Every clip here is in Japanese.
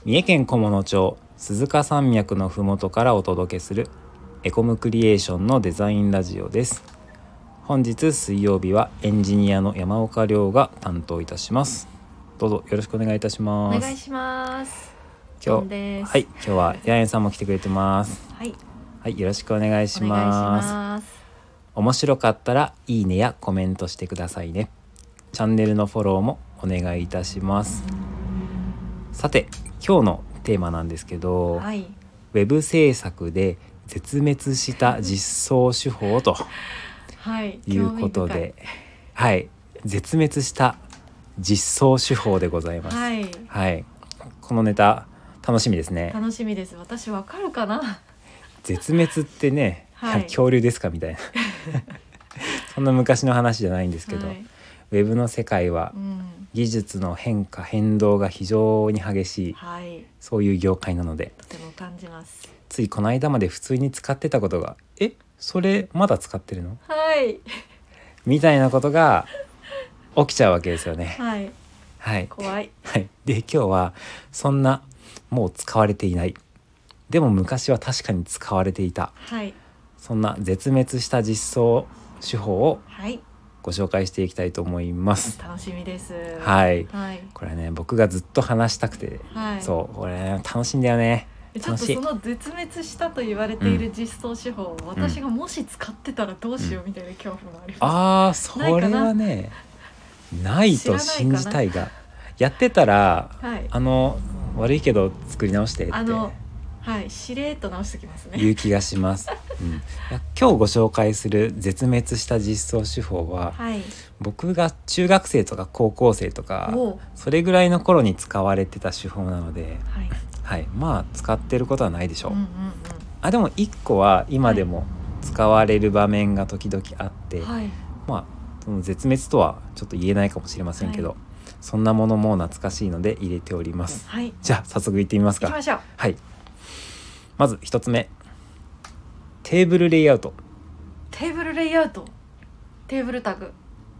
三重県菰野町鈴鹿山脈のふもとからお届けするエコムクリエーションのデザインラジオです。本日水曜日はエンジニアの山岡亮が担当いたします。どうぞよろしくお願いいたします。 お願いします。 今日はヤエンさんも来てくれてます。はい、よろしくお願いします。 お願いします。 面白かったらいいねやコメントしてくださいね。チャンネルのフォローもお願いいたします。さて今日のテーマなんですけど、ウェブ制作で絶滅した実装手法ということで、絶滅した実装手法でございます。このネタ楽しみですね。 楽しみです。私わかるかな。 絶滅ってね、恐竜ですかみたいなそんな昔の話じゃないんですけど、ウェブの世界は技術の変化変動が非常に激しい、そういう業界なので、 とても感じます。 ついこの間まで普通に使ってたことがそれまだ使ってるのみたいなことが起きちゃうわけですよね。 怖い。 で今日はそんなもう使われていない、でも昔は確かに使われていた、そんな絶滅した実装手法をご紹介していきたいと思います。 楽しみです。 これね僕がずっと話したくて、そうこれ、楽しいんだよね。 ちょっとその絶滅したと言われている実装手法を私がもし使ってたらどうしようみたいな恐怖もあります。 それはねないと信じたいが、やってたら、悪いけど作り直してってしれーっと直してきますね。 いう気がします、今日ご紹介する絶滅した実装手法は、僕が中学生とか高校生とかそれぐらいの頃に使われてた手法なので、まあ使ってることはないでしょう。でも一個は今でも使われる場面が時々あって、その絶滅とはちょっと言えないかもしれませんけど、そんなものも懐かしいので入れております。じゃあ早速いってみますか。 行きましょう。 まず一つ目、テーブルレイアウト。 テーブルレイアウト、テーブルタグ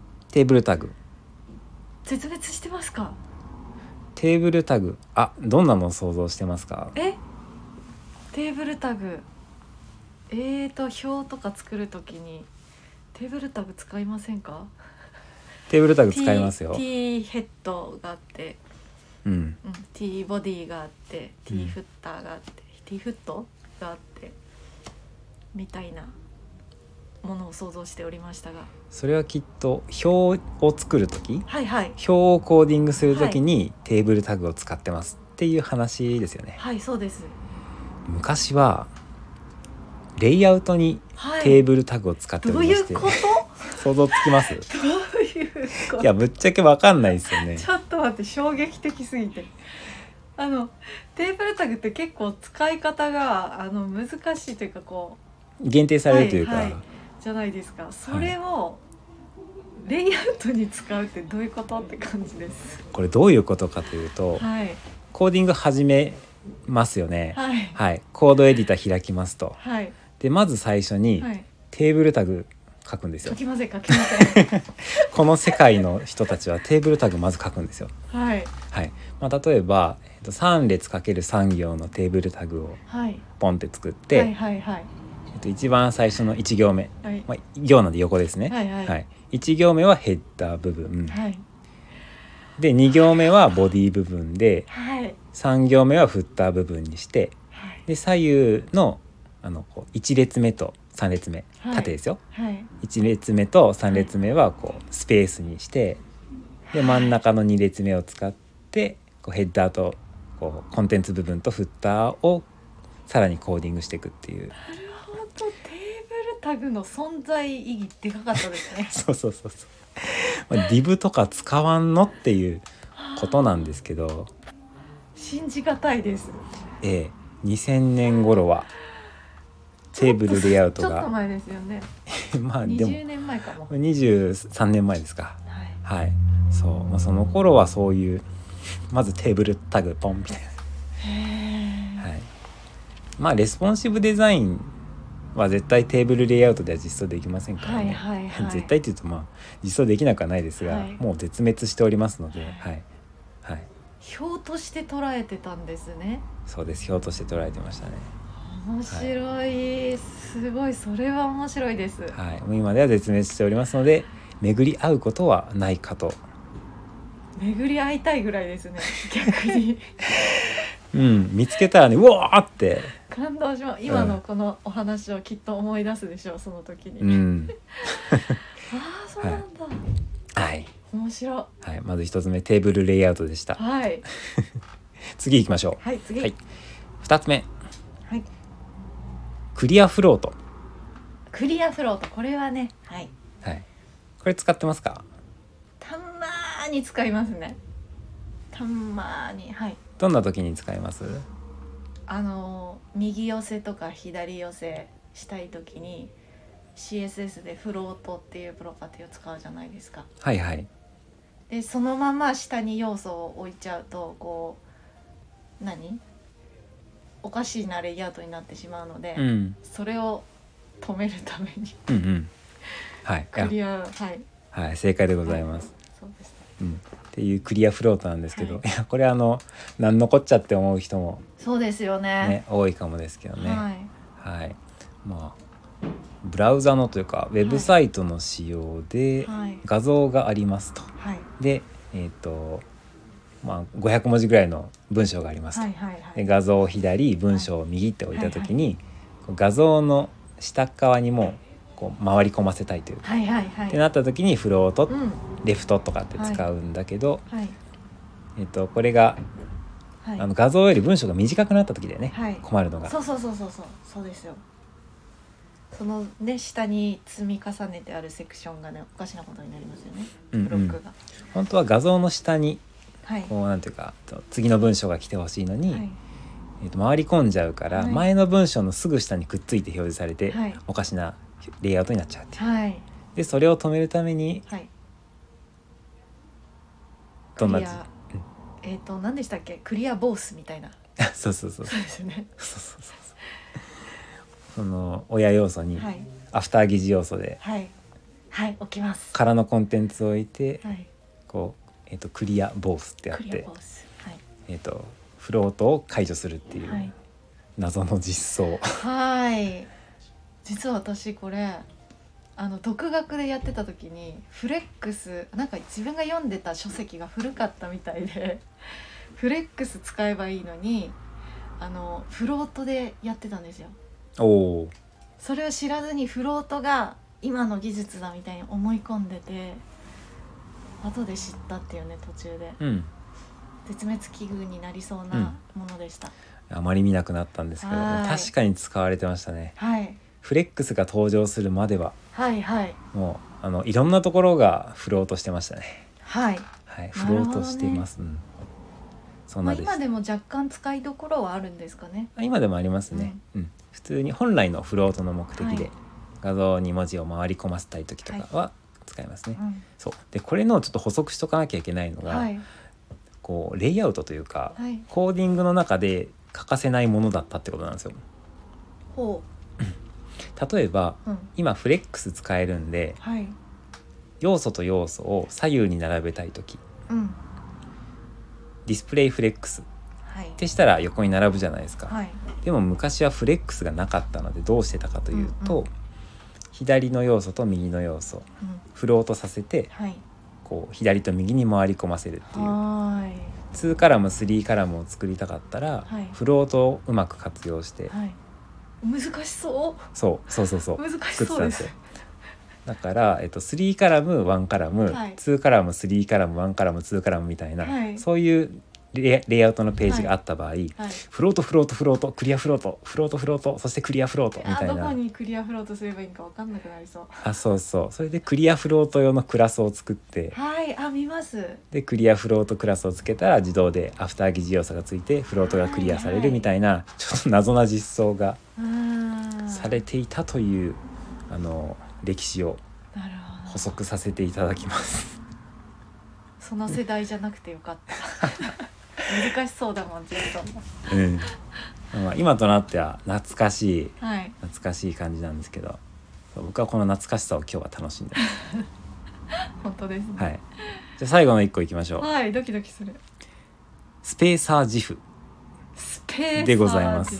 絶滅してますか？ テーブルタグ、どんなのを想像してますか？ テーブルタグ、表とか作るときにテーブルタグ使いませんか？ テーブルタグ使いますよ。 T ヘッドがあって、T ボディがあって、T フッターがあって、T フットがあってみたいなものを想像しておりましたが、それはきっと表を作るとき、表をコーディングするときにテーブルタグを使ってますっていう話ですよね。 そうです。 昔はレイアウトにテーブルタグを使っておりまして、 どういうこと想像つきます？ どういうこと？ いやぶっちゃけ分かんないですよね。 ちょっと待って、衝撃的すぎて。テーブルタグって結構使い方が難しいというか、 限定されるというか、 じゃないですか。それをレイアウトに使うってどういうことって感じです。 これどういうことかというと、コーディング始めますよね。コードエディター開きますと、でまず最初にテーブルタグ書くんですよ。 書きませんこの世界の人たちはテーブルタグまず書くんですよ。例えば3列 ×3 行のテーブルタグをポンって作って、一番最初の1行目、行なんで横ですね。1行目はヘッダー部分、で2行目はボディ部分で、3行目はフッター部分にして、で左右の1列目と3列目、縦ですよ、1列目と3列目はスペースにして、で真ん中の2列目を使ってヘッダーとコンテンツ部分とフッターをさらにコーディングしていくっていう。 なるほど、テーブルタグの存在意義でかかったですね。 そうディブとか使わんのっていうことなんですけど、 信じがたいです。 2000年頃はテーブルレイアウトがちょっと前ですよね。でも20年前かも。 23年前ですか。その頃はそういうまずテーブルタグポンみたいな。レスポンシブデザインは絶対テーブルレイアウトでは実装できませんからね。絶対って言うと実装できなくはないですが、もう絶滅しておりますので、 表として捉えてたんですね。 そうです、表として捉えてましたね。 面白い、すごい、それは面白いです。 はい、もう今では絶滅しておりますので、巡り合うことはないかと。 巡り会いたいぐらいですね、逆にうん、見つけたらね、うわーって感動します。今のこのお話をきっと思い出すでしょう、その時に。ああ、そうなんだ。 はい、 面白い。 はい、まず一つ目、テーブルレイアウトでした。 はい。 次行きましょう。 はい、次。 はい、2つ目、 はい、 クリアフロート。 クリアフロート、これはね、はい、 はい、これ使ってますか？ たまーに使いますね。たまーに、はい。 どんな時に使います？ 右寄せとか左寄せしたい時に CSS でフロートっていうプロパティを使うじゃないですか。 はいはい。 でそのまま下に要素を置いちゃうとこうおかしいなレイアウトになってしまうので、それを止めるためにはい、 クリア、 はい、正解でございます。 そうですね。っていうクリアフロートなんですけど、いやこれ何のこっちゃって思う人もそうですよね、 多いかもですけどね。 はい、 まあブラウザのというかウェブサイトの仕様で画像がありますと。で500文字ぐらいの文章がありますと。で画像を左、文章を右って置いた時に、画像の下側にもこう回り込ませたいというか、ってなった時にフロート、レフトとかって使うんだけど、これが、画像より文章が短くなった時でね、困るのが。 そうですよ。そのね、下に積み重ねてあるセクションがね、おかしなことになりますよね、ブロックが。 本当は画像の下にこうなんていうか次の文章が来てほしいのに、回り込んじゃうから、前の文章のすぐ下にくっついて表示されて、おかしなレイアウトになっちゃうっていう、でそれを止めるために、 どんな何でしたっけ、クリアボースみたいなそうですね。 その親要素に、アフター疑似要素で、 置きます。 空のコンテンツを置いて、こうクリアボースってやって、フロートを解除するっていう謎の実装。実は私これ独学でやってた時にフレックス自分が読んでた書籍が古かったみたいでフレックス使えばいいのにフロートでやってたんですよ。それを知らずにフロートが今の技術だみたいに思い込んでて、後で知ったっていうね、途中で、絶滅危惧になりそうなものでした。あまり見なくなったんですけど、確かに使われてましたね。フレックスが登場するまでは、もういろんなところがフロートしてましたね。フロートしています。そんなです。 今でも若干使いどころはあるんですかね。 今でもありますね。普通に本来のフロートの目的で、画像に文字を回り込ませたい時とかは使いますね。そうで、これのちょっと補足しとかなきゃいけないのが、こうレイアウトというか、コーディングの中で欠かせないものだったってことなんですよ。例えば、今フレックス使えるんで、要素と要素を左右に並べたい時、ディスプレイフレックスってしたら横に並ぶじゃないですか。でも昔はフレックスがなかったのでどうしてたかというと、左の要素と右の要素、フロートさせて、こう左と右に回り込ませるっていう、2カラム3カラムを作りたかったら、フロートをうまく活用して、 難しそう。 そう難しそうです。 だから、3カラム1カラム、2カラム3カラム1カラム2カラムみたいな、そういうレイアウトのページがあった場合、フロートフロートフロートクリアフロートフロートフロートそしてクリアフロートみたいな、 どこにクリアフロートすればいいか分かんなくなりそう。 それでクリアフロート用のクラスを作って、 見ます。でクリアフロートクラスをつけたら自動でアフター疑似要素がついてフロートがクリアされるみたいな、ちょっと謎な実装がされていたという歴史を補足させていただきます。 その世代じゃなくてよかった難しそうだもん、ずっと、今となっては懐かしい感じなんですけど、僕はこの懐かしさを今日は楽しんでます本当ですね。 じゃあ最後の1個いきましょう。 ドキドキする。 スペーサージフでございます。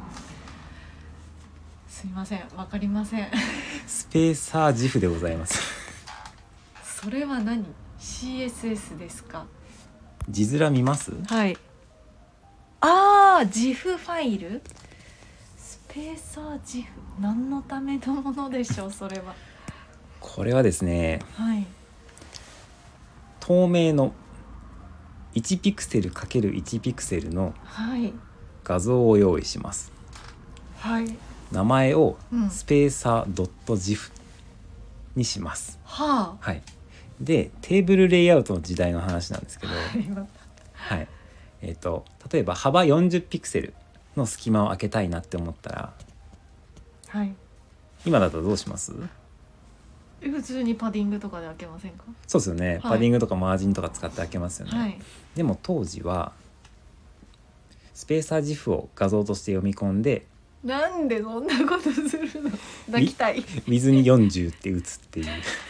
すいません、わかりません。 スペーサージフでございます。 それは何？ CSS ですか？ 字面見ます？ はい。ああ、ジフファイル？スペーサージフ、何のためのものでしょう、それは。 これはですね、 はい、 透明の1ピクセル ×1 ピクセルの画像を用意します。 はい。 名前をスペーサー .gif にします。 はあ。はい。で、テーブルレイアウトの時代の話なんですけど、はい。例えば幅40ピクセルの隙間を空けたいなって思ったら、 はい。 今だとどうします？ 普通にパディングとかで開けませんか？ そうですよね、はい、パディングとかマージンとか使って開けますよね、 はい、 でも当時はスペーサージフを画像として読み込んで、 なんでそんなことするの？泣きたい。 ウィズに40って打つっていう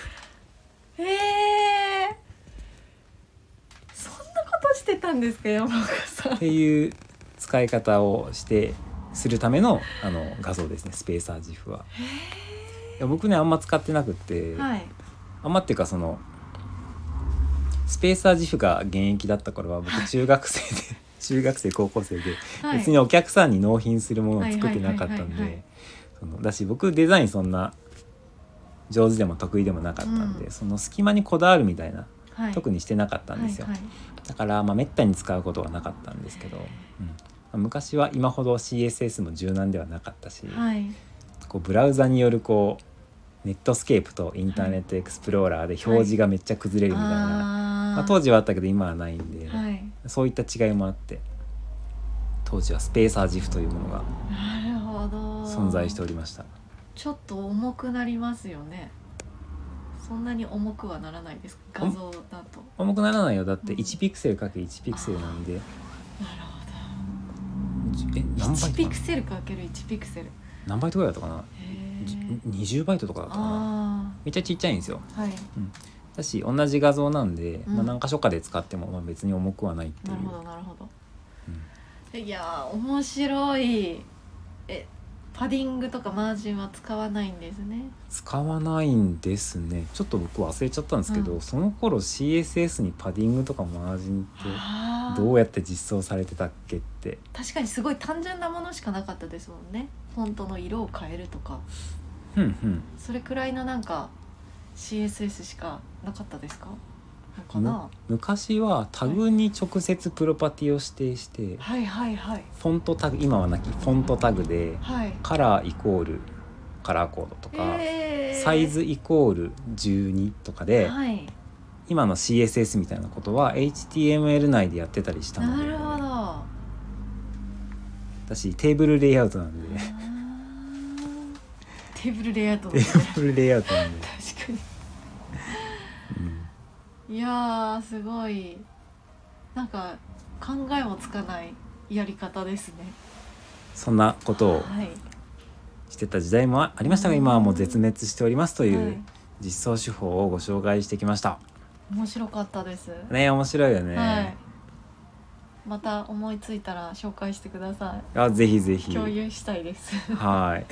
そんなことしてたんですか、山岡さん。 っていう使い方をするための画像ですね、スペーサージフは。いや僕ねあんま使ってなくて、 はい、 あんまっていうかそのスペーサージフが現役だった頃は僕中学生で中学生高校生で、はい、別にお客さんに納品するものを作ってなかったんで、だし僕デザインそんな上手でも得意でもなかったんで、その隙間にこだわるみたいな、はい、特にしてなかったんですよ、はいはい、だからめったに使うことはなかったんですけど、昔は今ほど CSS も柔軟ではなかったし、はい、こうブラウザによるこうネットスケープとインターネットエクスプローラーで表示がめっちゃ崩れるみたいな、当時はあったけど今はないんで、そういった違いもあって当時はスペーサージフというものが存在しておりました。 ちょっと重くなりますよね。そんなに重くはならないですか、画像だと。 重くならないよ、だって1ピクセル ×1 ピクセルなんで。なるほど。1ピクセル ×1 ピクセル何バイトぐらいだったかな、20バイトとかだったかな。めっちゃちっちゃいんですよ、はい、だし同じ画像なんで、何箇所かで使っても別に重くはないっていう。 なるほどなるほど、いや面白い。パディングとかマージンは使わないんですね。 使わないんですね。ちょっと僕忘れちゃったんですけど、その頃 CSS にパディングとかマージンってどうやって実装されてたっけって。 確かにすごい単純なものしかなかったですもんね。フォントの色を変えるとか、それくらいのなんか CSS しかなかったですか？かな。 昔はタグに直接プロパティを指定して、フォントタグ、今はなきフォントタグで、カラーイコールカラーコードとか、サイズイコール12とかで、今の CSS みたいなことは HTML 内でやってたりしたので。なるほど。私テーブルレイアウトなんでテーブルレイアウトなんでテーブルレイアウトなんで確かに、いやすごいなんか考えもつかないやり方ですね。 そんなことをしてた時代もありましたが、今はもう絶滅しておりますという実装手法をご紹介してきました。 面白かったですね。面白いよね、 また思いついたら紹介してください。 ぜひぜひ共有したいですはい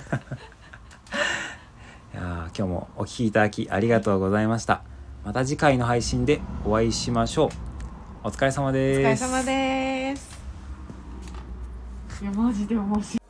いや今日もお聞きいただきありがとうございました。また次回の配信でお会いしましょう。お疲れ様です。 お疲れ様です。いやマジで面白い。